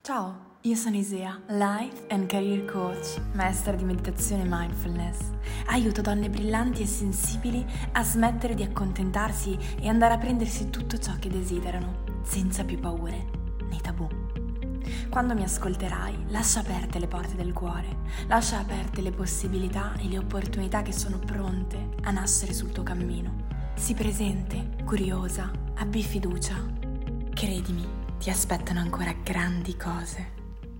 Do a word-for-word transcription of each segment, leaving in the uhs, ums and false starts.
Ciao, io sono Isea, Life and Career Coach, maestra di meditazione e mindfulness. Aiuto donne brillanti e sensibili a smettere di accontentarsi e andare a prendersi tutto ciò che desiderano, senza più paure né tabù. Quando mi ascolterai, lascia aperte le porte del cuore, lascia aperte le possibilità e le opportunità che sono pronte a nascere sul tuo cammino. Sii presente, curiosa, abbi fiducia. Credimi, ti aspettano ancora grandi cose.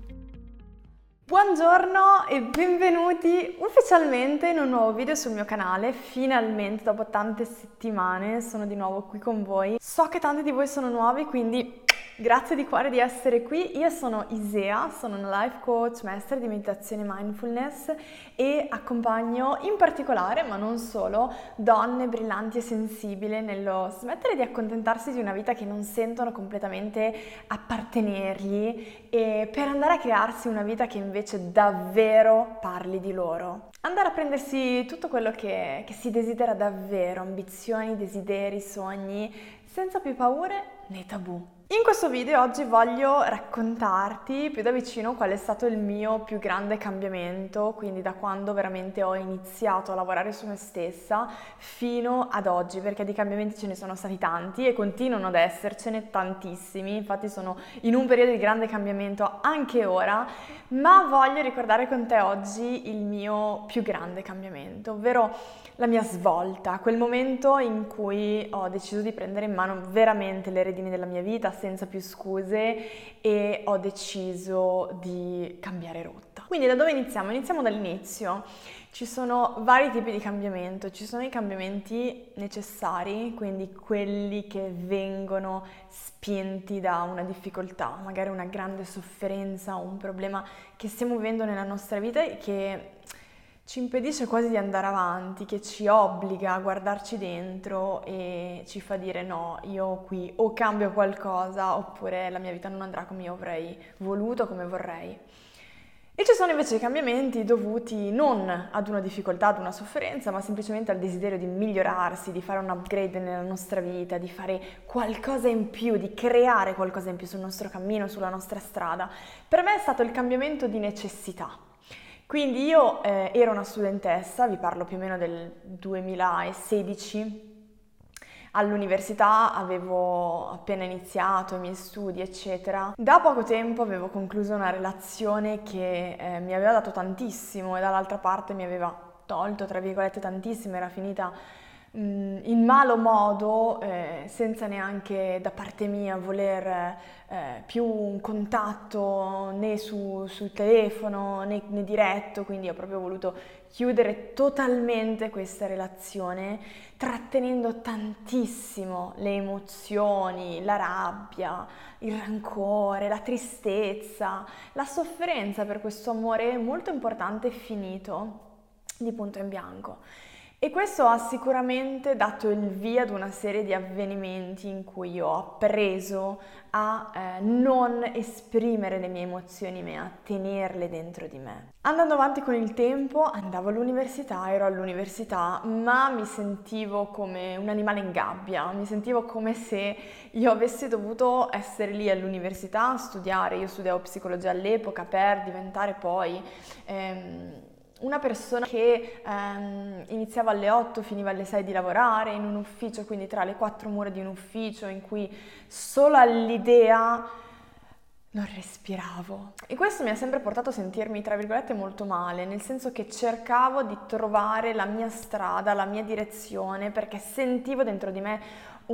Buongiorno e benvenuti ufficialmente in un nuovo video sul mio canale. Finalmente, dopo tante settimane, sono di nuovo qui con voi. So che tanti di voi sono nuovi, quindi grazie di cuore di essere qui. Io sono Isea, sono una life coach, maestra di meditazione e mindfulness e accompagno in particolare, ma non solo, donne brillanti e sensibili nello smettere di accontentarsi di una vita che non sentono completamente appartenergli e per andare a crearsi una vita che invece davvero parli di loro. Andare a prendersi tutto quello che, che si desidera davvero, ambizioni, desideri, sogni, senza più paure né tabù. In questo video oggi voglio raccontarti più da vicino qual è stato il mio più grande cambiamento, quindi da quando veramente ho iniziato a lavorare su me stessa fino ad oggi, perché di cambiamenti ce ne sono stati tanti e continuano ad essercene tantissimi, infatti sono in un periodo di grande cambiamento anche ora, ma voglio ricordare con te oggi il mio più grande cambiamento, ovvero la mia svolta, quel momento in cui ho deciso di prendere in mano veramente le redini della mia vita senza più scuse e ho deciso di cambiare rotta. Quindi da dove iniziamo? Iniziamo dall'inizio. Ci sono vari tipi di cambiamento, ci sono i cambiamenti necessari, quindi quelli che vengono spinti da una difficoltà, magari una grande sofferenza, un problema che stiamo vivendo nella nostra vita e che ci impedisce quasi di andare avanti, che ci obbliga a guardarci dentro e ci fa dire no, io qui o cambio qualcosa oppure la mia vita non andrà come io avrei voluto, come vorrei. E ci sono invece i cambiamenti dovuti non ad una difficoltà, ad una sofferenza, ma semplicemente al desiderio di migliorarsi, di fare un upgrade nella nostra vita, di fare qualcosa in più, di creare qualcosa in più sul nostro cammino, sulla nostra strada. Per me è stato il cambiamento di necessità. Quindi io eh, ero una studentessa, vi parlo più o meno del duemilasedici, all'università avevo appena iniziato i miei studi, eccetera. Da poco tempo avevo concluso una relazione che eh, mi aveva dato tantissimo e dall'altra parte mi aveva tolto, tra virgolette, tantissimo, era finita mh, in malo modo, eh, senza neanche da parte mia voler Eh, più un contatto né su, sul telefono né, né diretto, quindi ho proprio voluto chiudere totalmente questa relazione, trattenendo tantissimo le emozioni, la rabbia, il rancore, la tristezza, la sofferenza per questo amore molto importante e finito di punto in bianco. E questo ha sicuramente dato il via ad una serie di avvenimenti in cui io ho appreso a eh, non esprimere le mie emozioni, ma a tenerle dentro di me. Andando avanti con il tempo, andavo all'università, ero all'università, ma mi sentivo come un animale in gabbia, mi sentivo come se io avessi dovuto essere lì all'università a studiare. Io studiavo psicologia all'epoca per diventare poi Ehm, una persona che ehm, iniziava alle otto, finiva alle sei di lavorare in un ufficio, quindi tra le quattro mura di un ufficio in cui solo all'idea non respiravo. E questo mi ha sempre portato a sentirmi, tra virgolette, molto male, nel senso che cercavo di trovare la mia strada, la mia direzione, perché sentivo dentro di me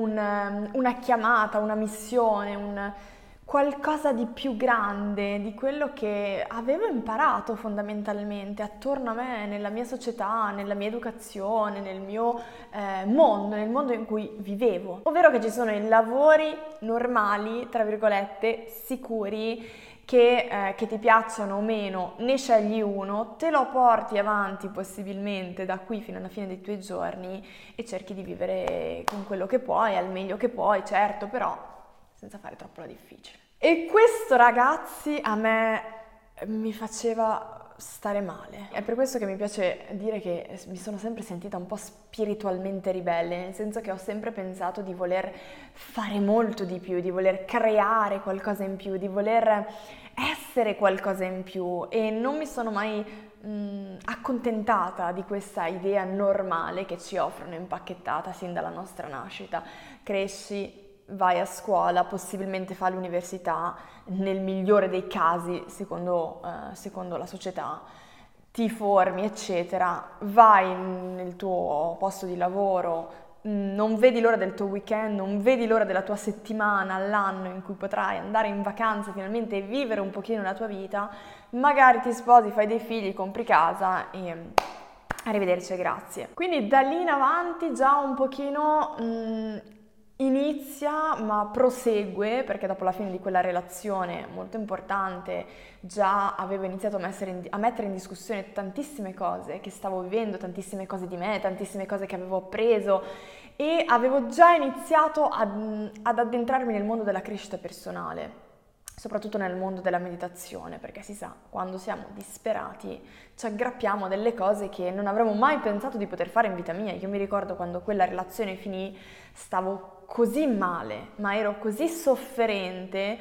un, una chiamata, una missione, un qualcosa di più grande di quello che avevo imparato fondamentalmente attorno a me, nella mia società, nella mia educazione, nel mio eh, mondo, nel mondo in cui vivevo. Ovvero che ci sono i lavori normali, tra virgolette, sicuri, che, eh, che ti piacciono o meno, ne scegli uno, te lo porti avanti possibilmente da qui fino alla fine dei tuoi giorni e cerchi di vivere con quello che puoi, al meglio che puoi, certo, però senza fare troppo la difficile. E questo, ragazzi, a me mi faceva stare male. È per questo che mi piace dire che mi sono sempre sentita un po' spiritualmente ribelle, nel senso che ho sempre pensato di voler fare molto di più, di voler creare qualcosa in più, di voler essere qualcosa in più, e non mi sono mai mh, accontentata di questa idea normale che ci offrono impacchettata sin dalla nostra nascita. Cresci, vai a scuola, possibilmente fai l'università, nel migliore dei casi, secondo, eh, secondo la società, ti formi, eccetera, vai nel tuo posto di lavoro, non vedi l'ora del tuo weekend, non vedi l'ora della tua settimana all'anno in cui potrai andare in vacanza finalmente e vivere un pochino la tua vita, magari ti sposi, fai dei figli, compri casa e arrivederci e grazie. Quindi da lì in avanti già un pochino mh, inizia, ma prosegue, perché dopo la fine di quella relazione molto importante già avevo iniziato a mettere, in, a mettere in discussione tantissime cose che stavo vivendo, tantissime cose di me, tantissime cose che avevo appreso, e avevo già iniziato ad, ad addentrarmi nel mondo della crescita personale, soprattutto nel mondo della meditazione, perché si sa, quando siamo disperati ci aggrappiamo a delle cose che non avremmo mai pensato di poter fare in vita mia. Io mi ricordo quando quella relazione finì, stavo così male, ma ero così sofferente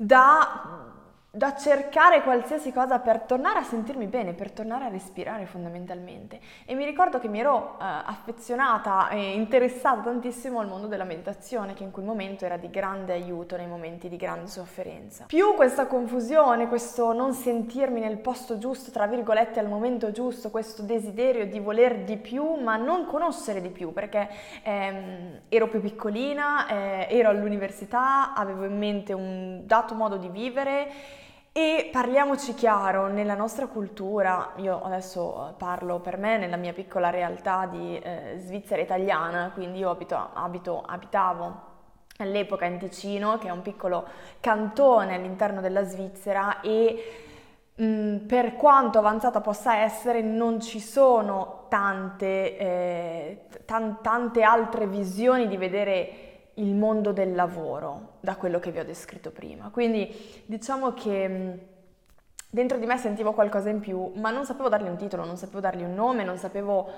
da, da cercare qualsiasi cosa per tornare a sentirmi bene, per tornare a respirare fondamentalmente. E mi ricordo che mi ero eh, affezionata e interessata tantissimo al mondo della meditazione, che in quel momento era di grande aiuto nei momenti di grande sofferenza. Più questa confusione, questo non sentirmi nel posto giusto, tra virgolette, al momento giusto, questo desiderio di voler di più ma non conoscere di più, perché ehm, ero più piccolina, eh, ero all'università, avevo in mente un dato modo di vivere. E parliamoci chiaro, nella nostra cultura, io adesso parlo per me nella mia piccola realtà di eh, Svizzera italiana, quindi io abito, abito, abitavo all'epoca in Ticino, che è un piccolo cantone all'interno della Svizzera, e mh, per quanto avanzata possa essere, non ci sono tante, eh, tan- tante altre visioni di vedere il mondo del lavoro, da quello che vi ho descritto prima. Quindi diciamo che dentro di me sentivo qualcosa in più, ma non sapevo dargli un titolo, non sapevo dargli un nome, non sapevo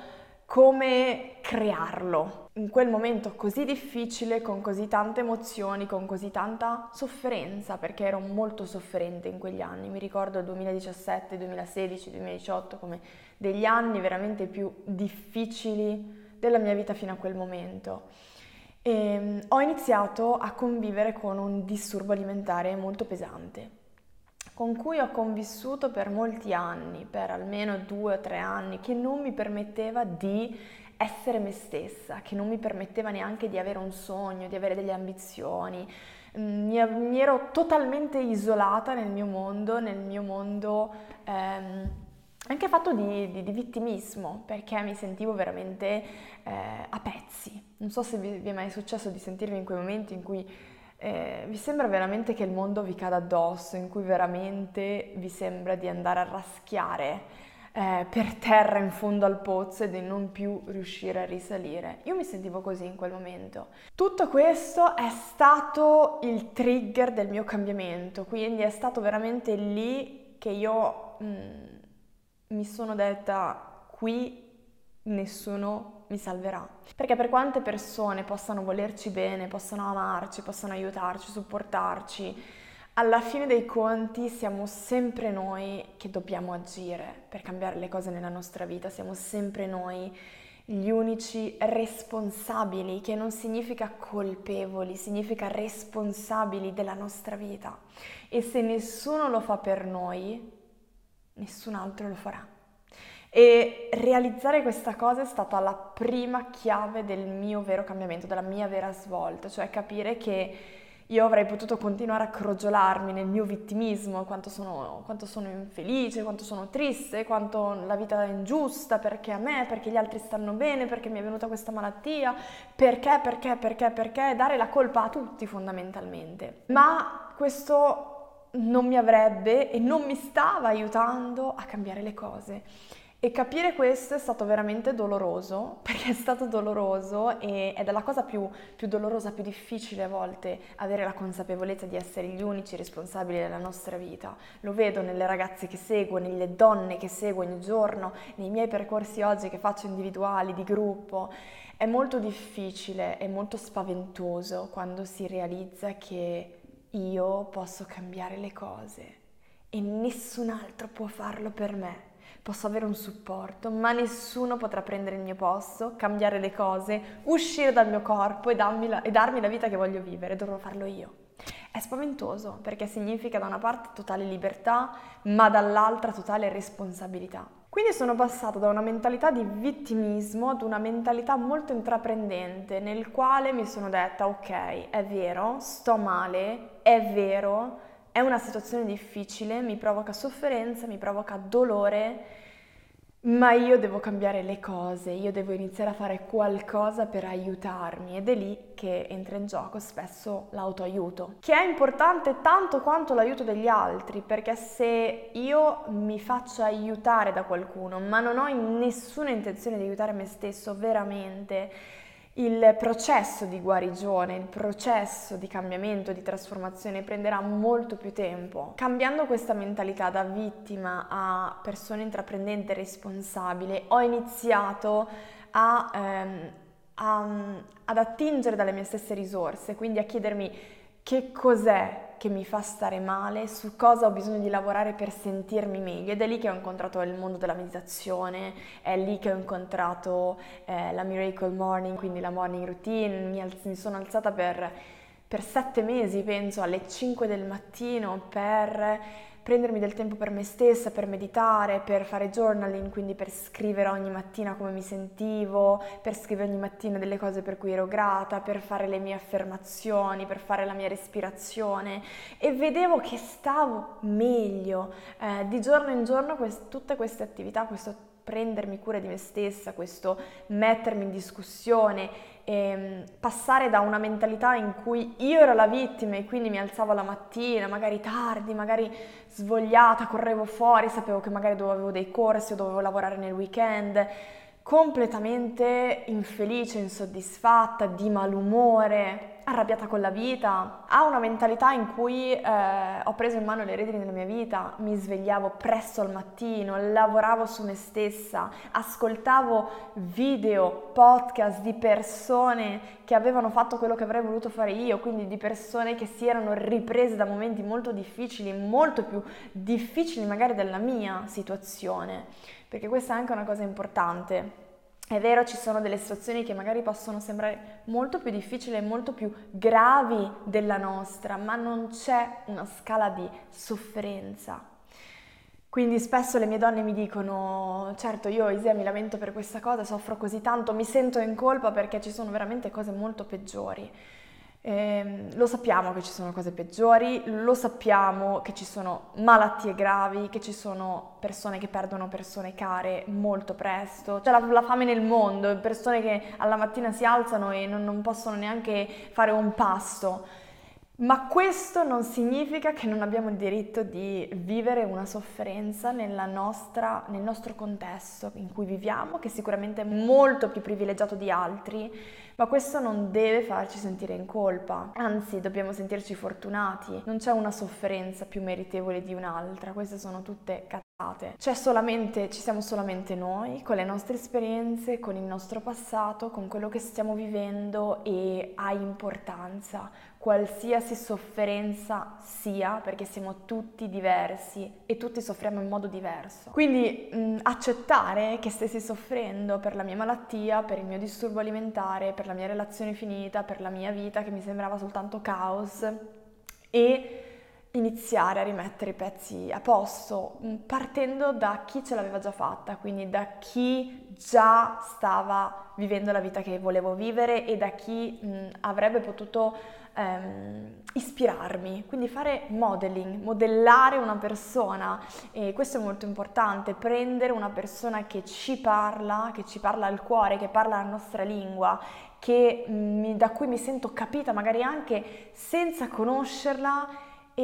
come crearlo. In quel momento così difficile, con così tante emozioni, con così tanta sofferenza, perché ero molto sofferente in quegli anni. Mi ricordo il duemiladiciassette, duemilasedici, duemiladiciotto come degli anni veramente più difficili della mia vita fino a quel momento. E ho iniziato a convivere con un disturbo alimentare molto pesante, con cui ho convissuto per molti anni, per almeno due o tre anni, che non mi permetteva di essere me stessa, che non mi permetteva neanche di avere un sogno, di avere delle ambizioni. Mi, mi ero totalmente isolata nel mio mondo, nel mio mondo ehm, anche fatto di, di, di vittimismo, perché mi sentivo veramente eh, a pezzi. Non so se vi, vi è mai successo di sentirvi in quei momenti in cui eh, vi sembra veramente che il mondo vi cada addosso, in cui veramente vi sembra di andare a raschiare eh, per terra in fondo al pozzo e di non più riuscire a risalire. Io mi sentivo così in quel momento. Tutto questo è stato il trigger del mio cambiamento, quindi è stato veramente lì che io mh, mi sono detta: qui nessuno mi salverà. Perché per quante persone possano volerci bene, possano amarci, possano aiutarci, supportarci, alla fine dei conti siamo sempre noi che dobbiamo agire per cambiare le cose nella nostra vita, siamo sempre noi gli unici responsabili, che non significa colpevoli, significa responsabili della nostra vita. E se nessuno lo fa per noi, nessun altro lo farà. E realizzare questa cosa è stata la prima chiave del mio vero cambiamento, della mia vera svolta, cioè capire che io avrei potuto continuare a crogiolarmi nel mio vittimismo, quanto sono, quanto sono infelice, quanto sono triste, quanto la vita è ingiusta, perché a me, perché gli altri stanno bene, perché mi è venuta questa malattia, perché, perché, perché, perché, dare la colpa a tutti fondamentalmente. Ma questo non mi avrebbe e non mi stava aiutando a cambiare le cose. E capire questo è stato veramente doloroso, perché è stato doloroso e ed è la cosa più, più dolorosa, più difficile a volte, avere la consapevolezza di essere gli unici responsabili della nostra vita. Lo vedo nelle ragazze che seguo, nelle donne che seguo ogni giorno, nei miei percorsi oggi che faccio individuali, di gruppo. È molto difficile, è molto spaventoso quando si realizza che io posso cambiare le cose e nessun altro può farlo per me. Posso avere un supporto, ma nessuno potrà prendere il mio posto, cambiare le cose, uscire dal mio corpo e darmi la, e darmi la vita che voglio vivere, dovrò farlo io. È spaventoso perché significa da una parte totale libertà, ma dall'altra totale responsabilità. Quindi sono passata da una mentalità di vittimismo ad una mentalità molto intraprendente, nel quale mi sono detta: ok, è vero, sto male, è vero, è una situazione difficile, mi provoca sofferenza, mi provoca dolore, ma io devo cambiare le cose, io devo iniziare a fare qualcosa per aiutarmi, ed è lì che entra in gioco spesso l'autoaiuto, che è importante tanto quanto l'aiuto degli altri, perché se io mi faccio aiutare da qualcuno, ma non ho nessuna intenzione di aiutare me stesso veramente, il processo di guarigione, il processo di cambiamento, di trasformazione prenderà molto più tempo. Cambiando questa mentalità da vittima a persona intraprendente e responsabile, ho iniziato a, ehm, a, ad attingere dalle mie stesse risorse, quindi a chiedermi che cos'è che mi fa stare male, su cosa ho bisogno di lavorare per sentirmi meglio, ed è lì che ho incontrato il mondo della meditazione, è lì che ho incontrato eh, la Miracle Morning, quindi la morning routine. Mi, alz- mi sono alzata per, per sette mesi, penso, alle cinque del mattino per prendermi del tempo per me stessa, per meditare, per fare journaling, quindi per scrivere ogni mattina come mi sentivo, per scrivere ogni mattina delle cose per cui ero grata, per fare le mie affermazioni, per fare la mia respirazione, e vedevo che stavo meglio. Eh, di giorno in giorno quest- tutte queste attività, questo prendermi cura di me stessa, questo mettermi in discussione, e passare da una mentalità in cui io ero la vittima e quindi mi alzavo la mattina, magari tardi, magari svogliata, correvo fuori, sapevo che magari dovevo dei corsi o dovevo lavorare nel weekend, completamente infelice, insoddisfatta, di malumore, arrabbiata con la vita, a una mentalità in cui eh, ho preso in mano le redini della mia vita, mi svegliavo presto al mattino, lavoravo su me stessa, ascoltavo video, podcast di persone che avevano fatto quello che avrei voluto fare io, quindi di persone che si erano riprese da momenti molto difficili, molto più difficili magari della mia situazione, perché questa è anche una cosa importante. È vero, ci sono delle situazioni che magari possono sembrare molto più difficili e molto più gravi della nostra, ma non c'è una scala di sofferenza. Quindi spesso le mie donne mi dicono: certo, io Isia mi lamento per questa cosa, soffro così tanto, mi sento in colpa perché ci sono veramente cose molto peggiori. Eh, lo sappiamo che ci sono cose peggiori, lo sappiamo che ci sono malattie gravi, che ci sono persone che perdono persone care molto presto, c'è la, la fame nel mondo, persone che alla mattina si alzano e non, non possono neanche fare un pasto. Ma questo non significa che non abbiamo il diritto di vivere una sofferenza nella nostra, nel nostro contesto in cui viviamo, che sicuramente è molto più privilegiato di altri, ma questo non deve farci sentire in colpa, anzi dobbiamo sentirci fortunati. Non c'è una sofferenza più meritevole di un'altra, queste sono tutte cazzate. C'è solamente, ci siamo solamente noi, con le nostre esperienze, con il nostro passato, con quello che stiamo vivendo, e ha importanza qualsiasi sofferenza sia, perché siamo tutti diversi e tutti soffriamo in modo diverso. Quindi mh, accettare che stessi soffrendo per la mia malattia, per il mio disturbo alimentare, per la mia relazione finita, per la mia vita che mi sembrava soltanto caos, e iniziare a rimettere i pezzi a posto, partendo da chi ce l'aveva già fatta, quindi da chi già stava vivendo la vita che volevo vivere e da chi mh, avrebbe potuto ehm, ispirarmi, quindi fare modeling, modellare una persona, e questo è molto importante, prendere una persona che ci parla, che ci parla al cuore, che parla la nostra lingua, che, mh, da cui mi sento capita magari anche senza conoscerla, e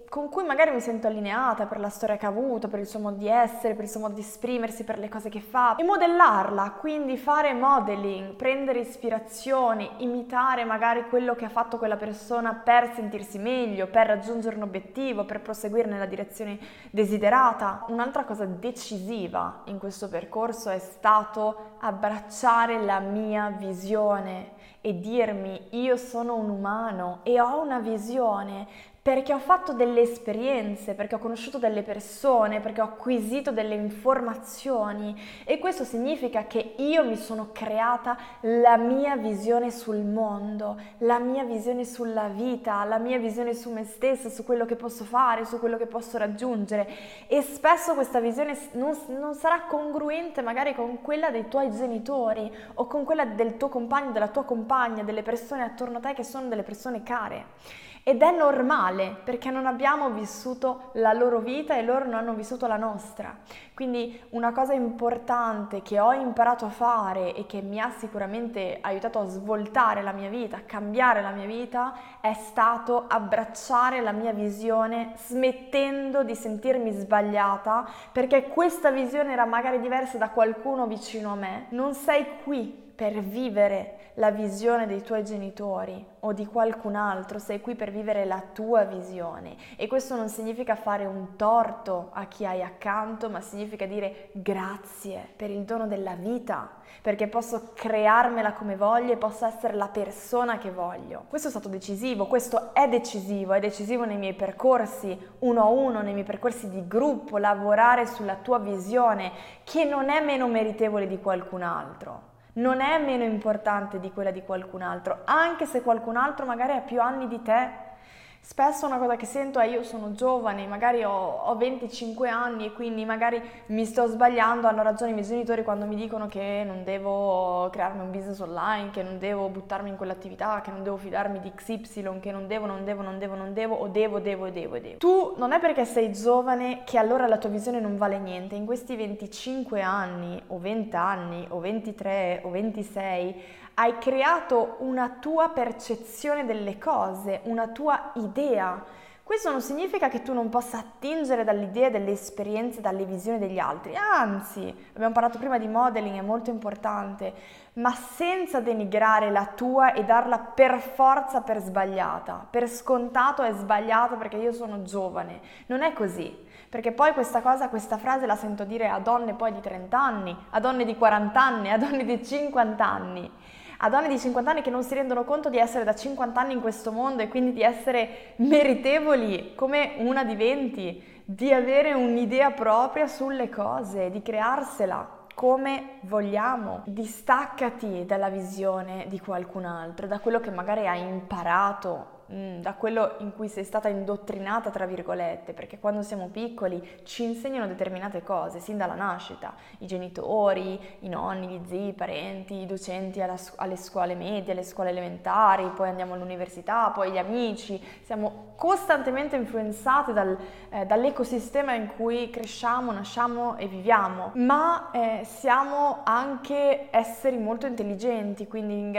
con cui magari mi sento allineata per la storia che ha avuto, per il suo modo di essere, per il suo modo di esprimersi, per le cose che fa, e modellarla, quindi fare modeling, prendere ispirazione, imitare magari quello che ha fatto quella persona per sentirsi meglio, per raggiungere un obiettivo, per proseguire nella direzione desiderata. Un'altra cosa decisiva in questo percorso è stato abbracciare la mia visione e dirmi: io sono un umano e ho una visione, perché ho fatto delle esperienze, perché ho conosciuto delle persone, perché ho acquisito delle informazioni, e questo significa che io mi sono creata la mia visione sul mondo, la mia visione sulla vita, la mia visione su me stessa, su quello che posso fare, su quello che posso raggiungere, e spesso questa visione non, non sarà congruente magari con quella dei tuoi genitori o con quella del tuo compagno, della tua compagna, delle persone attorno a te che sono delle persone care. Ed è normale, perché non abbiamo vissuto la loro vita e loro non hanno vissuto la nostra. Quindi una cosa importante che ho imparato a fare e che mi ha sicuramente aiutato a svoltare la mia vita, a cambiare la mia vita, è stato abbracciare la mia visione, smettendo di sentirmi sbagliata, perché questa visione era magari diversa da qualcuno vicino a me. Non sei qui per vivere la visione dei tuoi genitori o di qualcun altro, sei qui per vivere la tua visione, e questo non significa fare un torto a chi hai accanto, ma significa dire grazie per il dono della vita, perché posso crearmela come voglio e posso essere la persona che voglio. Questo è stato decisivo, questo è decisivo, è decisivo nei miei percorsi uno a uno, nei miei percorsi di gruppo, lavorare sulla tua visione, che non è meno meritevole di qualcun altro. Non è meno importante di quella di qualcun altro, anche se qualcun altro magari ha più anni di te. Spesso una cosa che sento è: io sono giovane, magari ho, ho venticinque anni e quindi magari mi sto sbagliando. Hanno ragione i miei genitori quando mi dicono che non devo crearmi un business online, che non devo buttarmi in quell'attività, che non devo fidarmi di X Y, che non devo, non devo, non devo, non devo, o devo, devo, e devo, e devo. Tu non è perché sei giovane che allora la tua visione non vale niente. In questi venticinque anni, o venti anni, o ventitré, o ventisei, hai creato una tua percezione delle cose, una tua idea. Questo non significa che tu non possa attingere dall'idea, delle esperienze, dalle visioni degli altri. Anzi, abbiamo parlato prima di modeling, è molto importante, ma senza denigrare la tua e darla per forza per sbagliata, per scontato è sbagliata perché io sono giovane. Non è così. Perché poi questa cosa, questa frase la sento dire a donne poi di trenta anni, a donne di quaranta anni, a donne di cinquanta anni. A donne di cinquanta anni che non si rendono conto di essere da cinquanta anni in questo mondo e quindi di essere meritevoli come una di venti, di avere un'idea propria sulle cose, di crearsela come vogliamo. Distaccati dalla visione di qualcun altro, da quello che magari hai imparato, da quello in cui sei stata indottrinata, tra virgolette, perché quando siamo piccoli ci insegnano determinate cose sin dalla nascita, i genitori, i nonni, gli zii, i parenti, i docenti alla, alle scuole medie, alle scuole elementari, poi andiamo all'università, poi gli amici. Siamo costantemente influenzati dal, eh, dall'ecosistema in cui cresciamo, nasciamo e viviamo, ma eh, siamo anche esseri molto intelligenti, quindi in,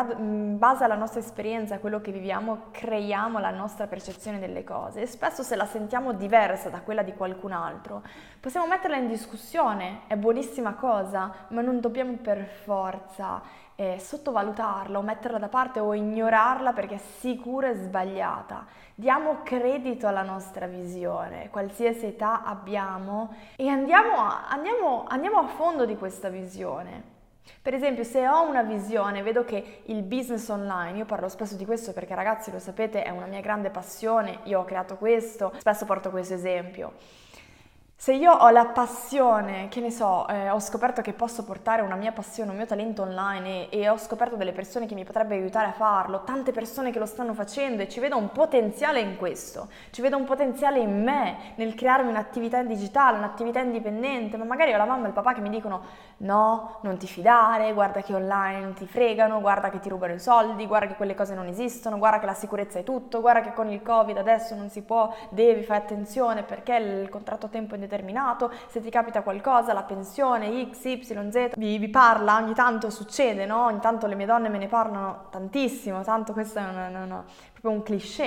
in base alla nostra esperienza, a quello che viviamo, creiamo la nostra percezione delle cose, e spesso se la sentiamo diversa da quella di qualcun altro possiamo metterla in discussione. È buonissima cosa, ma non dobbiamo per forza eh, sottovalutarla o metterla da parte o ignorarla perché sicuro è sbagliata. Diamo credito alla nostra visione, qualsiasi età abbiamo, e andiamo a, andiamo, andiamo a fondo di questa visione. Per esempio, se ho una visione, vedo che il business online, io parlo spesso di questo perché, ragazzi, lo sapete, è una mia grande passione, io ho creato questo, spesso porto questo esempio. Se io ho la passione, che ne so, eh, ho scoperto che posso portare una mia passione, un mio talento online e, e ho scoperto delle persone che mi potrebbero aiutare a farlo, tante persone che lo stanno facendo, e ci vedo un potenziale in questo, ci vedo un potenziale in me nel crearmi un'attività digitale, un'attività indipendente, ma magari ho la mamma e il papà che mi dicono: no, non ti fidare, guarda che online ti fregano, guarda che ti rubano i soldi, guarda che quelle cose non esistono, guarda che la sicurezza è tutto, guarda che con il Covid adesso non si può, devi fare attenzione perché il contratto a tempo indeterminato, se ti capita qualcosa, la pensione X Y Z, vi, vi parla, ogni tanto succede, no? Ogni tanto le mie donne me ne parlano tantissimo, tanto questo è una, una, una, proprio un cliché.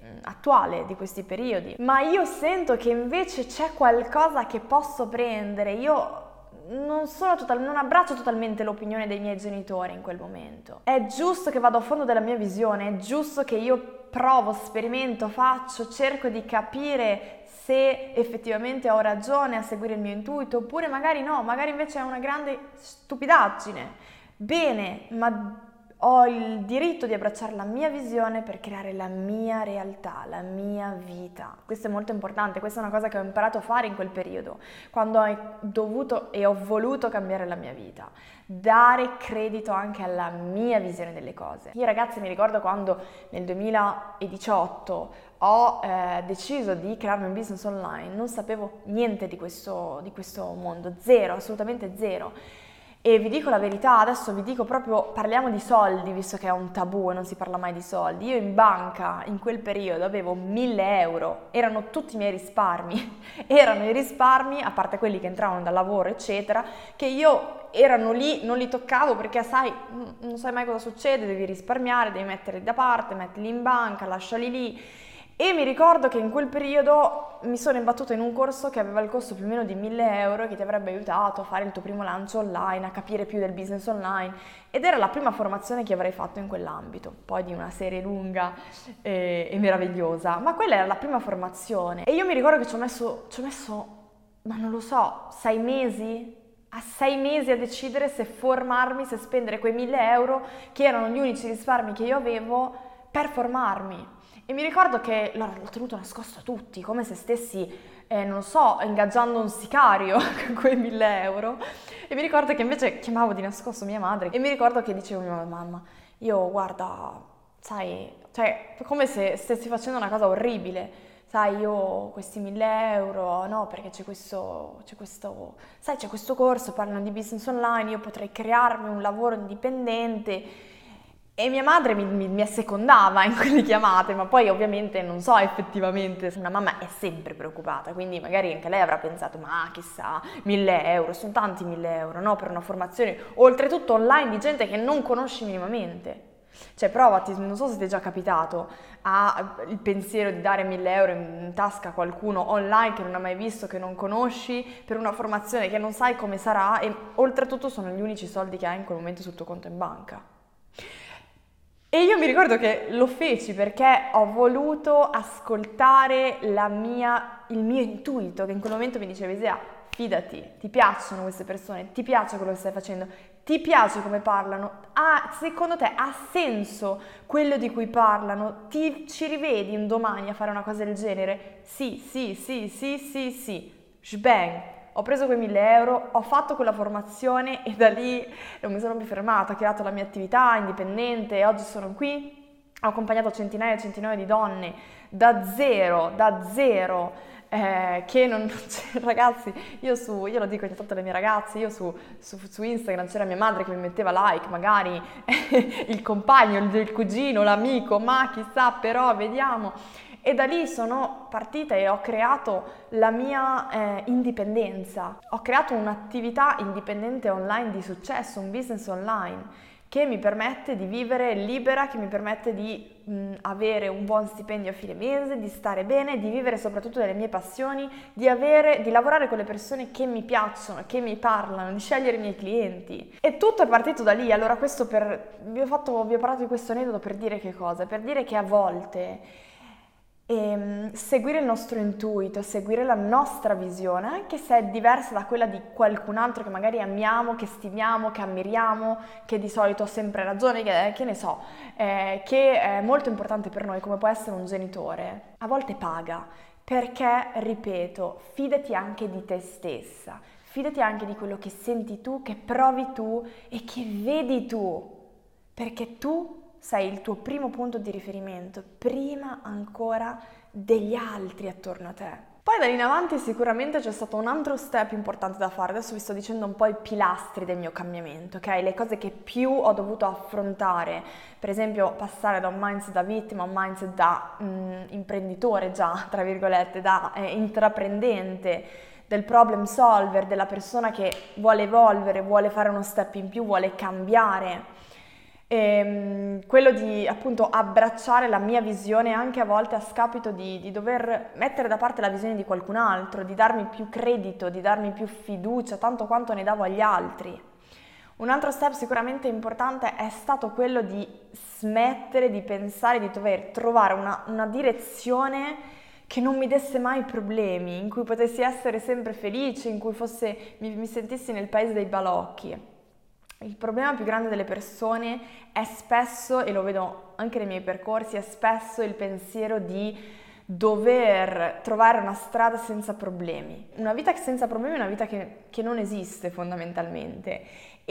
attuale di questi periodi, ma io sento che invece c'è qualcosa che posso prendere. Io non sono total- non abbraccio totalmente l'opinione dei miei genitori in quel momento. È giusto che vado a fondo della mia visione, è giusto che io provo, sperimento, faccio, cerco di capire se effettivamente ho ragione a seguire il mio intuito, oppure magari no, magari invece è una grande stupidaggine. Bene, ma ho il diritto di abbracciare la mia visione per creare la mia realtà, la mia vita. Questo è molto importante, questa è una cosa che ho imparato a fare in quel periodo, quando ho dovuto e ho voluto cambiare la mia vita. Dare credito anche alla mia visione delle cose. Io ragazzi mi ricordo quando nel duemiladiciotto ho eh, deciso di crearmi un business online, non sapevo niente di questo, di questo mondo, zero, assolutamente zero. E vi dico la verità, adesso vi dico proprio, parliamo di soldi, visto che è un tabù e non si parla mai di soldi. Io in banca in quel periodo avevo mille euro, erano tutti i miei risparmi, erano i risparmi, a parte quelli che entravano dal lavoro eccetera, che io erano lì, non li toccavo perché sai, non sai mai cosa succede, devi risparmiare, devi metterli da parte, metterli in banca, lasciali lì. E mi ricordo che in quel periodo mi sono imbattuta in un corso che aveva il costo più o meno di mille euro, che ti avrebbe aiutato a fare il tuo primo lancio online, a capire più del business online, ed era la prima formazione che avrei fatto in quell'ambito, poi di una serie lunga e, e meravigliosa, ma quella era la prima formazione. E io mi ricordo che ci ho messo, ci ho messo, ma non lo so, sei mesi? A sei mesi a decidere se formarmi, se spendere quei mille euro, che erano gli unici risparmi che io avevo, per formarmi. E mi ricordo che l'ho tenuto nascosto a tutti, come se stessi, eh, non so, ingaggiando un sicario con quei mille euro. E mi ricordo che invece chiamavo di nascosto mia madre e mi ricordo che dicevo a mia mamma, io guarda, sai, cioè, come se stessi facendo una cosa orribile. Sai, io questi mille euro, no, perché c'è questo, c'è questo, sai, c'è questo corso, parlano di business online, io potrei crearmi un lavoro indipendente. E mia madre mi, mi, mi assecondava in quelle chiamate, ma poi ovviamente non so effettivamente, una mamma è sempre preoccupata, quindi magari anche lei avrà pensato, ma chissà, mille euro, sono tanti mille euro, no? Per una formazione, oltretutto online, di gente che non conosci minimamente. Cioè provati, non so se ti è già capitato, a il pensiero di dare mille euro in tasca a qualcuno online che non ha mai visto, che non conosci, per una formazione che non sai come sarà e oltretutto sono gli unici soldi che hai in quel momento sul tuo conto in banca. E io mi ricordo che lo feci perché ho voluto ascoltare la mia, il mio intuito, che in quel momento mi diceva Isea, fidati, ti piacciono queste persone, ti piace quello che stai facendo, ti piace come parlano, ah, secondo te ha senso quello di cui parlano, ti ci rivedi un domani a fare una cosa del genere? Sì, sì, sì, sì, sì, sì, shbang. Ho preso quei mille euro, ho fatto quella formazione e da lì non mi sono più fermata, ho creato la mia attività indipendente e oggi sono qui, ho accompagnato centinaia e centinaia di donne da zero, da zero, eh, che non c'è, ragazzi, io su, io lo dico a tutte le mie ragazze, io su, su, su Instagram c'era mia madre che mi metteva like, magari il compagno, il, il cugino, l'amico, ma chissà, però vediamo. E da lì sono partita e ho creato la mia eh, indipendenza. Ho creato un'attività indipendente online di successo, un business online che mi permette di vivere libera, che mi permette di mh, avere un buon stipendio a fine mese, di stare bene, di vivere soprattutto delle mie passioni, di, avere, di lavorare con le persone che mi piacciono, che mi parlano, di scegliere i miei clienti. E tutto è partito da lì. Allora questo per... vi ho, fatto, vi ho parlato di questo aneddoto per dire che cosa? Per dire che a volte... E seguire il nostro intuito, seguire la nostra visione, anche se è diversa da quella di qualcun altro che magari amiamo, che stimiamo, che ammiriamo, che di solito ha sempre ragione, che, che ne so, eh, che è molto importante per noi, come può essere un genitore, a volte paga, perché, ripeto, fidati anche di te stessa, fidati anche di quello che senti tu, che provi tu e che vedi tu, perché tu sei il tuo primo punto di riferimento, prima ancora degli altri attorno a te. Poi da lì in avanti sicuramente c'è stato un altro step importante da fare. Adesso vi sto dicendo un po' i pilastri del mio cambiamento, ok? Le cose che più ho dovuto affrontare, per esempio passare da un mindset da vittima a un mindset da mh, imprenditore già, tra virgolette, da eh, intraprendente, del problem solver, della persona che vuole evolvere, vuole fare uno step in più, vuole cambiare. E, quello di appunto abbracciare la mia visione anche a volte a scapito di, di dover mettere da parte la visione di qualcun altro, di darmi più credito, di darmi più fiducia, tanto quanto ne davo agli altri. Un altro step sicuramente importante è stato quello di smettere di pensare di dover trovare una, una direzione che non mi desse mai problemi, in cui potessi essere sempre felice, in cui fosse, mi, mi sentissi nel paese dei balocchi. Il problema più grande delle persone è spesso, e lo vedo anche nei miei percorsi, è spesso il pensiero di dover trovare una strada senza problemi. Una vita senza problemi è una vita che, che non esiste fondamentalmente.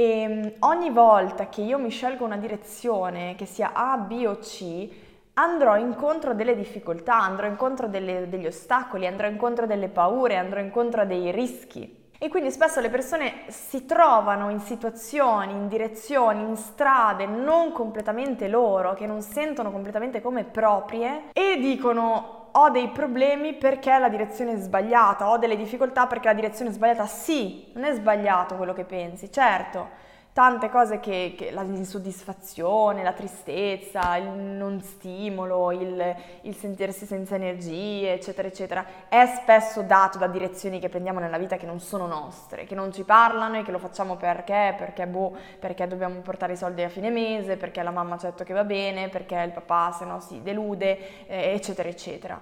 E ogni volta che io mi scelgo una direzione, che sia A, B o C, andrò incontro a delle difficoltà, andrò incontro a delle, degli ostacoli, andrò incontro a delle paure, andrò incontro a dei rischi. E quindi spesso le persone si trovano in situazioni, in direzioni, in strade non completamente loro, che non sentono completamente come proprie e dicono: ho dei problemi perché la direzione è sbagliata, ho delle difficoltà perché la direzione è sbagliata. Sì, non è sbagliato quello che pensi, certo. Tante cose che, che l'insoddisfazione, la tristezza, il non stimolo, il, il sentirsi senza energie, eccetera, eccetera, è spesso dato da direzioni che prendiamo nella vita che non sono nostre, che non ci parlano e che lo facciamo perché, perché, boh, perché dobbiamo portare i soldi a fine mese, perché la mamma ci ha detto che va bene, perché il papà se no si delude, eh, eccetera, eccetera.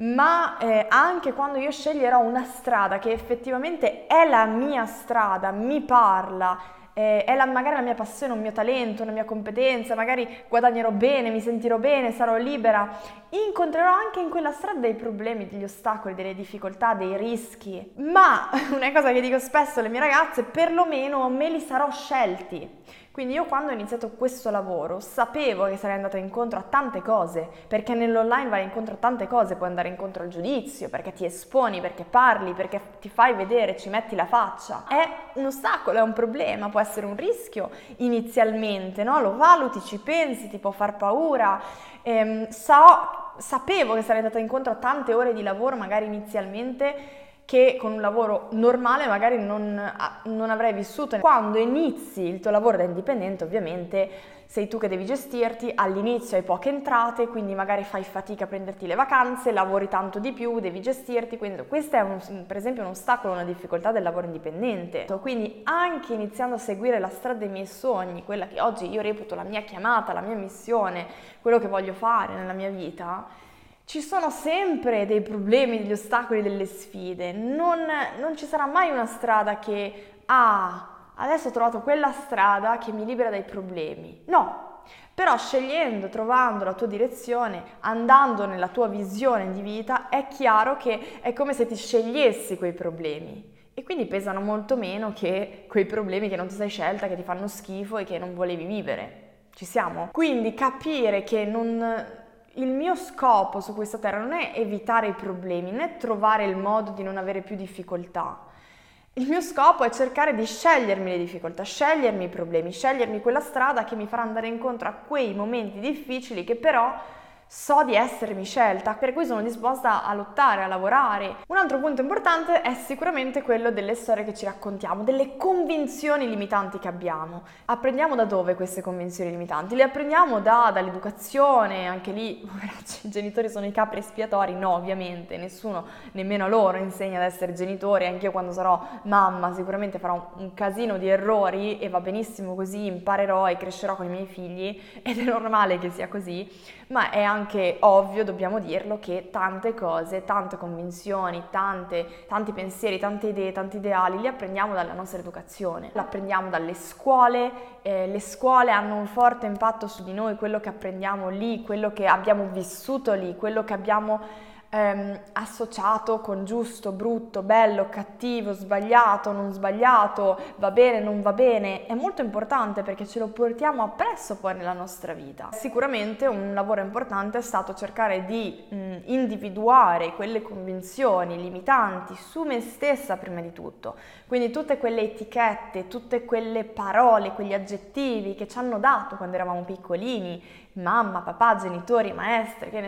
Ma eh, anche quando io sceglierò una strada che effettivamente è la mia strada, mi parla, eh, è la, magari la mia passione, un mio talento, una mia competenza, magari guadagnerò bene, mi sentirò bene, sarò libera, incontrerò anche in quella strada dei problemi, degli ostacoli, delle difficoltà, dei rischi. Ma una cosa che dico spesso alle mie ragazze, perlomeno me li sarò scelti. Quindi io quando ho iniziato questo lavoro sapevo che sarei andata incontro a tante cose, perché nell'online vai incontro a tante cose, puoi andare incontro al giudizio, perché ti esponi, perché parli, perché ti fai vedere, ci metti la faccia. È un ostacolo, è un problema, può essere un rischio inizialmente, no? Lo valuti, ci pensi, ti può far paura. Ehm, so, sapevo che sarei andata incontro a tante ore di lavoro, magari inizialmente, che con un lavoro normale magari non, non avrei vissuto. Quando inizi il tuo lavoro da indipendente, ovviamente sei tu che devi gestirti, all'inizio hai poche entrate, quindi magari fai fatica a prenderti le vacanze, lavori tanto di più, devi gestirti, quindi questo è un, per esempio un ostacolo, una difficoltà del lavoro indipendente. Quindi anche iniziando a seguire la strada dei miei sogni, quella che oggi io reputo la mia chiamata, la mia missione, quello che voglio fare nella mia vita, ci sono sempre dei problemi, degli ostacoli, delle sfide. Non, non ci sarà mai una strada che, ah, adesso ho trovato quella strada che mi libera dai problemi. No, però scegliendo, trovando la tua direzione, andando nella tua visione di vita, è chiaro che è come se ti scegliessi quei problemi. E quindi pesano molto meno che quei problemi che non ti sei scelta, che ti fanno schifo e che non volevi vivere. Ci siamo? Quindi capire che non... Il mio scopo su questa terra non è evitare i problemi, non è trovare il modo di non avere più difficoltà. Il mio scopo è cercare di scegliermi le difficoltà, scegliermi i problemi, scegliermi quella strada che mi farà andare incontro a quei momenti difficili che però so di essermi scelta, per cui sono disposta a lottare, a lavorare. Un altro punto importante è sicuramente quello delle storie che ci raccontiamo, delle convinzioni limitanti che abbiamo. Apprendiamo da dove queste convinzioni limitanti? Le apprendiamo da, dall'educazione, anche lì i genitori sono i capri espiatori? No, ovviamente, nessuno, nemmeno loro insegna ad essere genitori, anch'io quando sarò mamma sicuramente farò un casino di errori e va benissimo così, imparerò e crescerò con i miei figli ed è normale che sia così, ma è anche ovvio, dobbiamo dirlo, che tante cose, tante convinzioni, tante, tanti pensieri, tante idee, tanti ideali li apprendiamo dalla nostra educazione, li apprendiamo dalle scuole, eh, le scuole hanno un forte impatto su di noi, quello che apprendiamo lì, quello che abbiamo vissuto lì, quello che abbiamo ehm, associato con giusto, brutto, bello, cattivo, sbagliato, non sbagliato, va bene, non va bene, è molto importante perché ce lo portiamo appresso poi nella nostra vita. Sicuramente un lavoro importante è stato cercare di mh, individuare quelle convinzioni limitanti su me stessa prima di tutto, quindi tutte quelle etichette, tutte quelle parole, quegli aggettivi che ci hanno dato quando eravamo piccolini, mamma, papà, genitori, maestre, che ne so,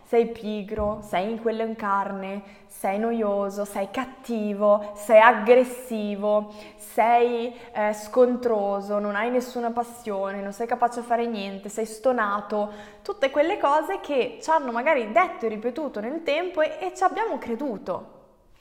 sei pigro, sei in quello in carne, sei noioso, sei cattivo, sei aggressivo, sei eh, scontroso, non hai nessuna passione, non sei capace a fare niente, sei stonato, tutte quelle cose che ci hanno magari detto e ripetuto nel tempo e, e ci abbiamo creduto.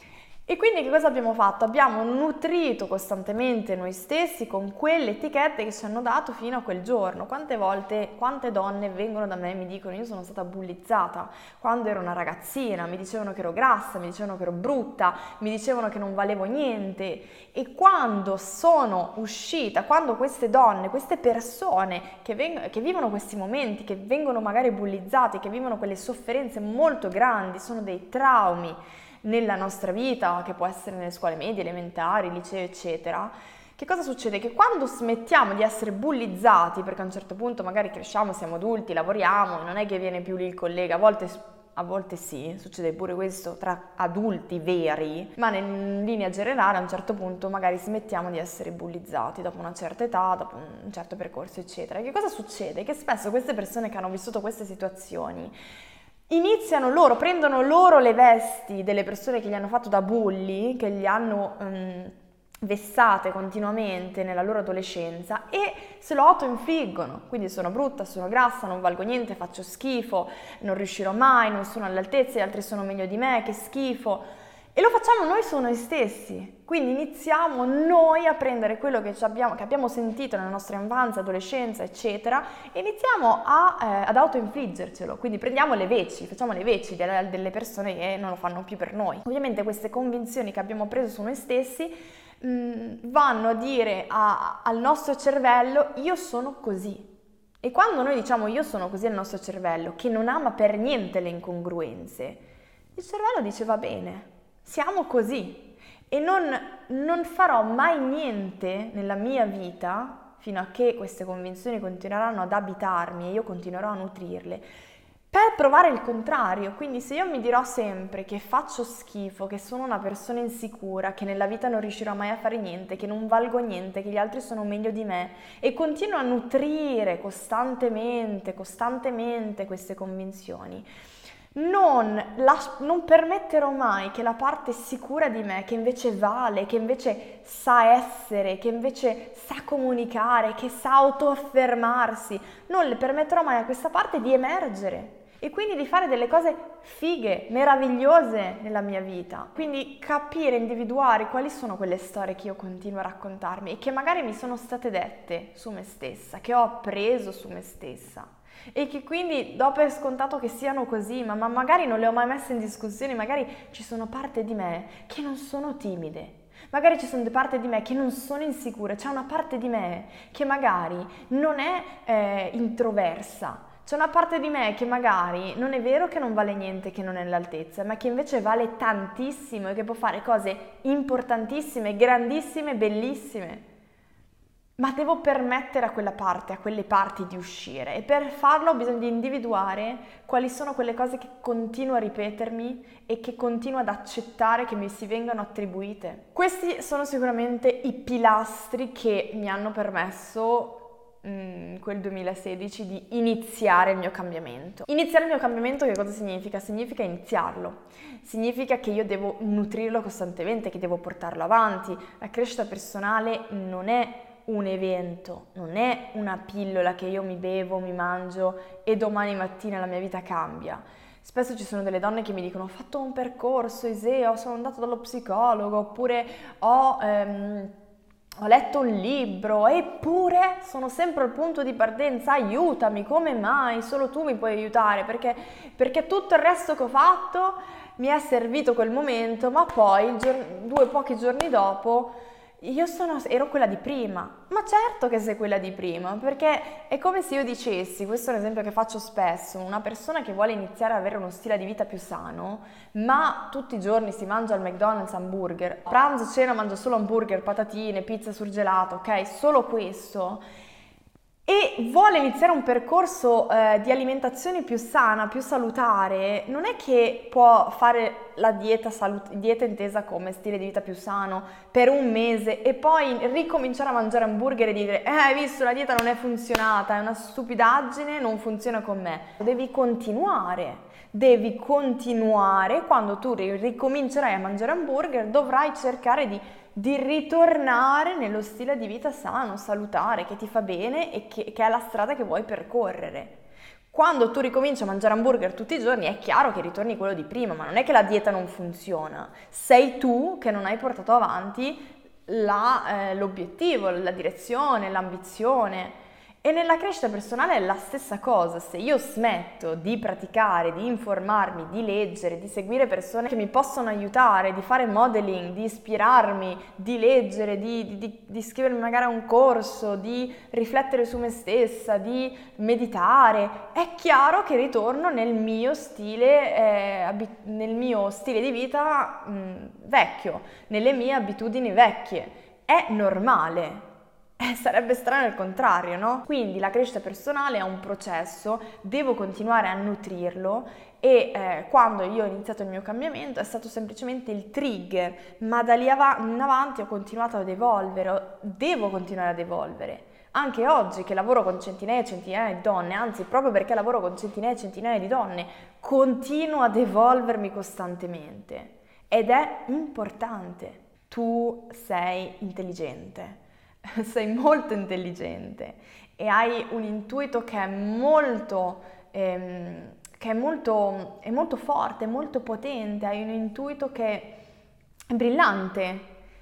E quindi che cosa abbiamo fatto? Abbiamo nutrito costantemente noi stessi con quelle etichette che ci hanno dato fino a quel giorno. Quante volte, quante donne vengono da me e mi dicono: io sono stata bullizzata quando ero una ragazzina, mi dicevano che ero grassa, mi dicevano che ero brutta, mi dicevano che non valevo niente. E quando sono uscita, quando queste donne, queste persone che, veng- che vivono questi momenti, che vengono magari bullizzate, che vivono quelle sofferenze molto grandi, sono dei traumi nella nostra vita, che può essere nelle scuole medie, elementari, liceo, eccetera, che cosa succede? Che quando smettiamo di essere bullizzati, perché a un certo punto magari cresciamo, siamo adulti, lavoriamo, non è che viene più lì il collega, a volte, a volte sì, succede pure questo tra adulti veri, ma in linea generale a un certo punto magari smettiamo di essere bullizzati dopo una certa età, dopo un certo percorso, eccetera. Che cosa succede? Che spesso queste persone che hanno vissuto queste situazioni iniziano loro, prendono loro le vesti delle persone che gli hanno fatto da bulli, che gli hanno um, vessate continuamente nella loro adolescenza e se lo autoinfliggono. Quindi sono brutta, sono grassa, non valgo niente, faccio schifo, non riuscirò mai, non sono all'altezza, gli altri sono meglio di me, che schifo. E lo facciamo noi su noi stessi, quindi iniziamo noi a prendere quello che, abbiamo, che abbiamo sentito nella nostra infanzia, adolescenza, eccetera, e iniziamo a, eh, ad autoinfliggercelo, quindi prendiamo le veci, facciamo le veci delle, delle persone che non lo fanno più per noi. Ovviamente queste convinzioni che abbiamo preso su noi stessi mh, vanno a dire a, al nostro cervello: io sono così. E quando noi diciamo io sono così al nostro cervello, che non ama per niente le incongruenze, il cervello dice: va bene, siamo così e non, non farò mai niente nella mia vita fino a che queste convinzioni continueranno ad abitarmi e io continuerò a nutrirle per provare il contrario. Quindi se io mi dirò sempre che faccio schifo, che sono una persona insicura, che nella vita non riuscirò mai a fare niente, che non valgo niente, che gli altri sono meglio di me e continuo a nutrire costantemente, costantemente queste convinzioni, Non, la, non permetterò mai che la parte sicura di me, che invece vale, che invece sa essere, che invece sa comunicare, che sa autoaffermarsi, non le permetterò mai a questa parte di emergere e quindi di fare delle cose fighe, meravigliose nella mia vita. Quindi capire, individuare quali sono quelle storie che io continuo a raccontarmi e che magari mi sono state dette su me stessa, che ho appreso su me stessa. E che quindi do per scontato che siano così, ma, ma magari non le ho mai messe in discussione, magari ci sono parti di me che non sono timide, magari ci sono delle parti di me che non sono insicure, c'è una parte di me che magari non è eh, introversa, c'è una parte di me che magari non è vero che non vale niente, che non è all'altezza, ma che invece vale tantissimo e che può fare cose importantissime, grandissime, bellissime. Ma devo permettere a quella parte, a quelle parti di uscire e per farlo ho bisogno di individuare quali sono quelle cose che continuo a ripetermi e che continuo ad accettare che mi si vengano attribuite. Questi sono sicuramente i pilastri che mi hanno permesso in quel duemilasedici di iniziare il mio cambiamento. Iniziare il mio cambiamento che cosa significa? Significa iniziarlo, significa che io devo nutrirlo costantemente, che devo portarlo avanti. La crescita personale non è un evento, non è una pillola che io mi bevo, mi mangio e domani mattina la mia vita cambia. Spesso ci sono delle donne che mi dicono: ho fatto un percorso, Iseo, sono andato dallo psicologo, oppure ho, ehm, ho letto un libro, eppure sono sempre al punto di partenza, aiutami, come mai? Solo tu mi puoi aiutare, perché, perché tutto il resto che ho fatto mi è servito quel momento, ma poi giorni, due pochi giorni dopo io sono, ero quella di prima. Ma certo che sei quella di prima, perché è come se io dicessi, questo è un esempio che faccio spesso, una persona che vuole iniziare ad avere uno stile di vita più sano, ma tutti i giorni si mangia al McDonald's hamburger, pranzo, cena mangia solo hamburger, patatine, pizza surgelato, ok? Solo questo. e vuole iniziare un percorso eh, di alimentazione più sana, più salutare, non è che può fare la dieta, salut- dieta intesa come stile di vita più sano per un mese e poi ricominciare a mangiare hamburger e dire eh, hai visto, la dieta non è funzionata, è una stupidaggine, non funziona con me. Devi continuare. Devi continuare, quando tu ricomincerai a mangiare hamburger dovrai cercare di, di ritornare nello stile di vita sano, salutare, che ti fa bene e che, che è la strada che vuoi percorrere. Quando tu ricominci a mangiare hamburger tutti i giorni è chiaro che ritorni quello di prima, ma non è che la dieta non funziona, sei tu che non hai portato avanti la, eh, l'obiettivo, la direzione, l'ambizione. E nella crescita personale è la stessa cosa, se io smetto di praticare, di informarmi, di leggere, di seguire persone che mi possono aiutare, di fare modeling, di ispirarmi, di leggere, di, di, di iscrivermi magari a un corso, di riflettere su me stessa, di meditare, è chiaro che ritorno nel mio stile, eh, abi- nel mio stile di vita mh, vecchio, nelle mie abitudini vecchie. È normale. Eh, sarebbe strano il contrario, no? Quindi la crescita personale è un processo, devo continuare a nutrirlo e eh, quando io ho iniziato il mio cambiamento è stato semplicemente il trigger, ma da lì av- in avanti ho continuato ad evolvere, devo continuare ad evolvere. Anche oggi che lavoro con centinaia e centinaia di donne, anzi proprio perché lavoro con centinaia e centinaia di donne, continuo ad evolvermi costantemente ed è importante. Tu sei intelligente. Sei molto intelligente e hai un intuito che è molto, ehm, che è molto, è molto forte, molto potente, hai un intuito che è brillante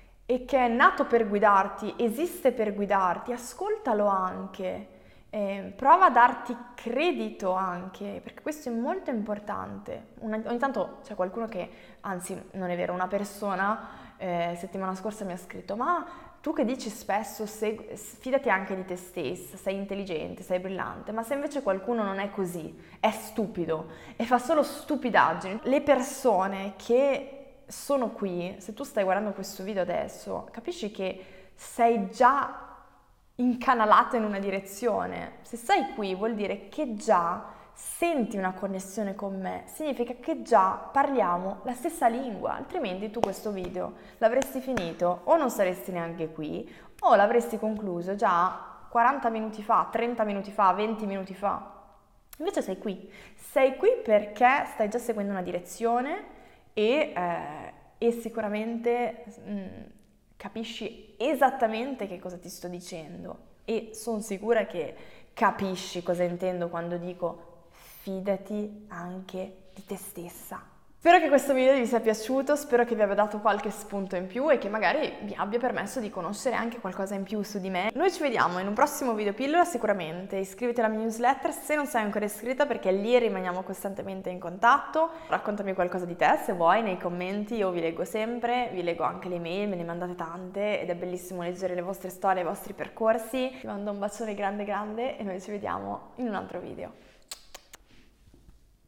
e che è nato per guidarti, esiste per guidarti, ascoltalo anche, eh, prova a darti credito anche, perché questo è molto importante. Una, ogni tanto c'è qualcuno che, anzi non è vero, una persona eh, settimana scorsa mi ha scritto ma tu che dici spesso segu- fidati anche di te stessa, sei intelligente, sei brillante, ma se invece qualcuno non è così, è stupido e fa solo stupidaggini. Le persone che sono qui, se tu stai guardando questo video adesso, capisci che sei già incanalato in una direzione. Se sei qui vuol dire che già senti una connessione con me, significa che già parliamo la stessa lingua, altrimenti tu questo video l'avresti finito o non saresti neanche qui o l'avresti concluso già quaranta minuti fa, trenta minuti fa, venti minuti fa. Invece sei qui, sei qui perché stai già seguendo una direzione e, eh, e sicuramente mh, capisci esattamente che cosa ti sto dicendo e sono sicura che capisci cosa intendo quando dico fidati anche di te stessa. Spero che questo video vi sia piaciuto, spero che vi abbia dato qualche spunto in più e che magari vi abbia permesso di conoscere anche qualcosa in più su di me. Noi ci vediamo in un prossimo video pillola sicuramente, iscriviti alla mia newsletter se non sei ancora iscritta perché lì rimaniamo costantemente in contatto. Raccontami qualcosa di te se vuoi nei commenti, io vi leggo sempre, vi leggo anche le mail, me ne mandate tante ed è bellissimo leggere le vostre storie, i vostri percorsi. Vi mando un bacione grande grande e noi ci vediamo in un altro video.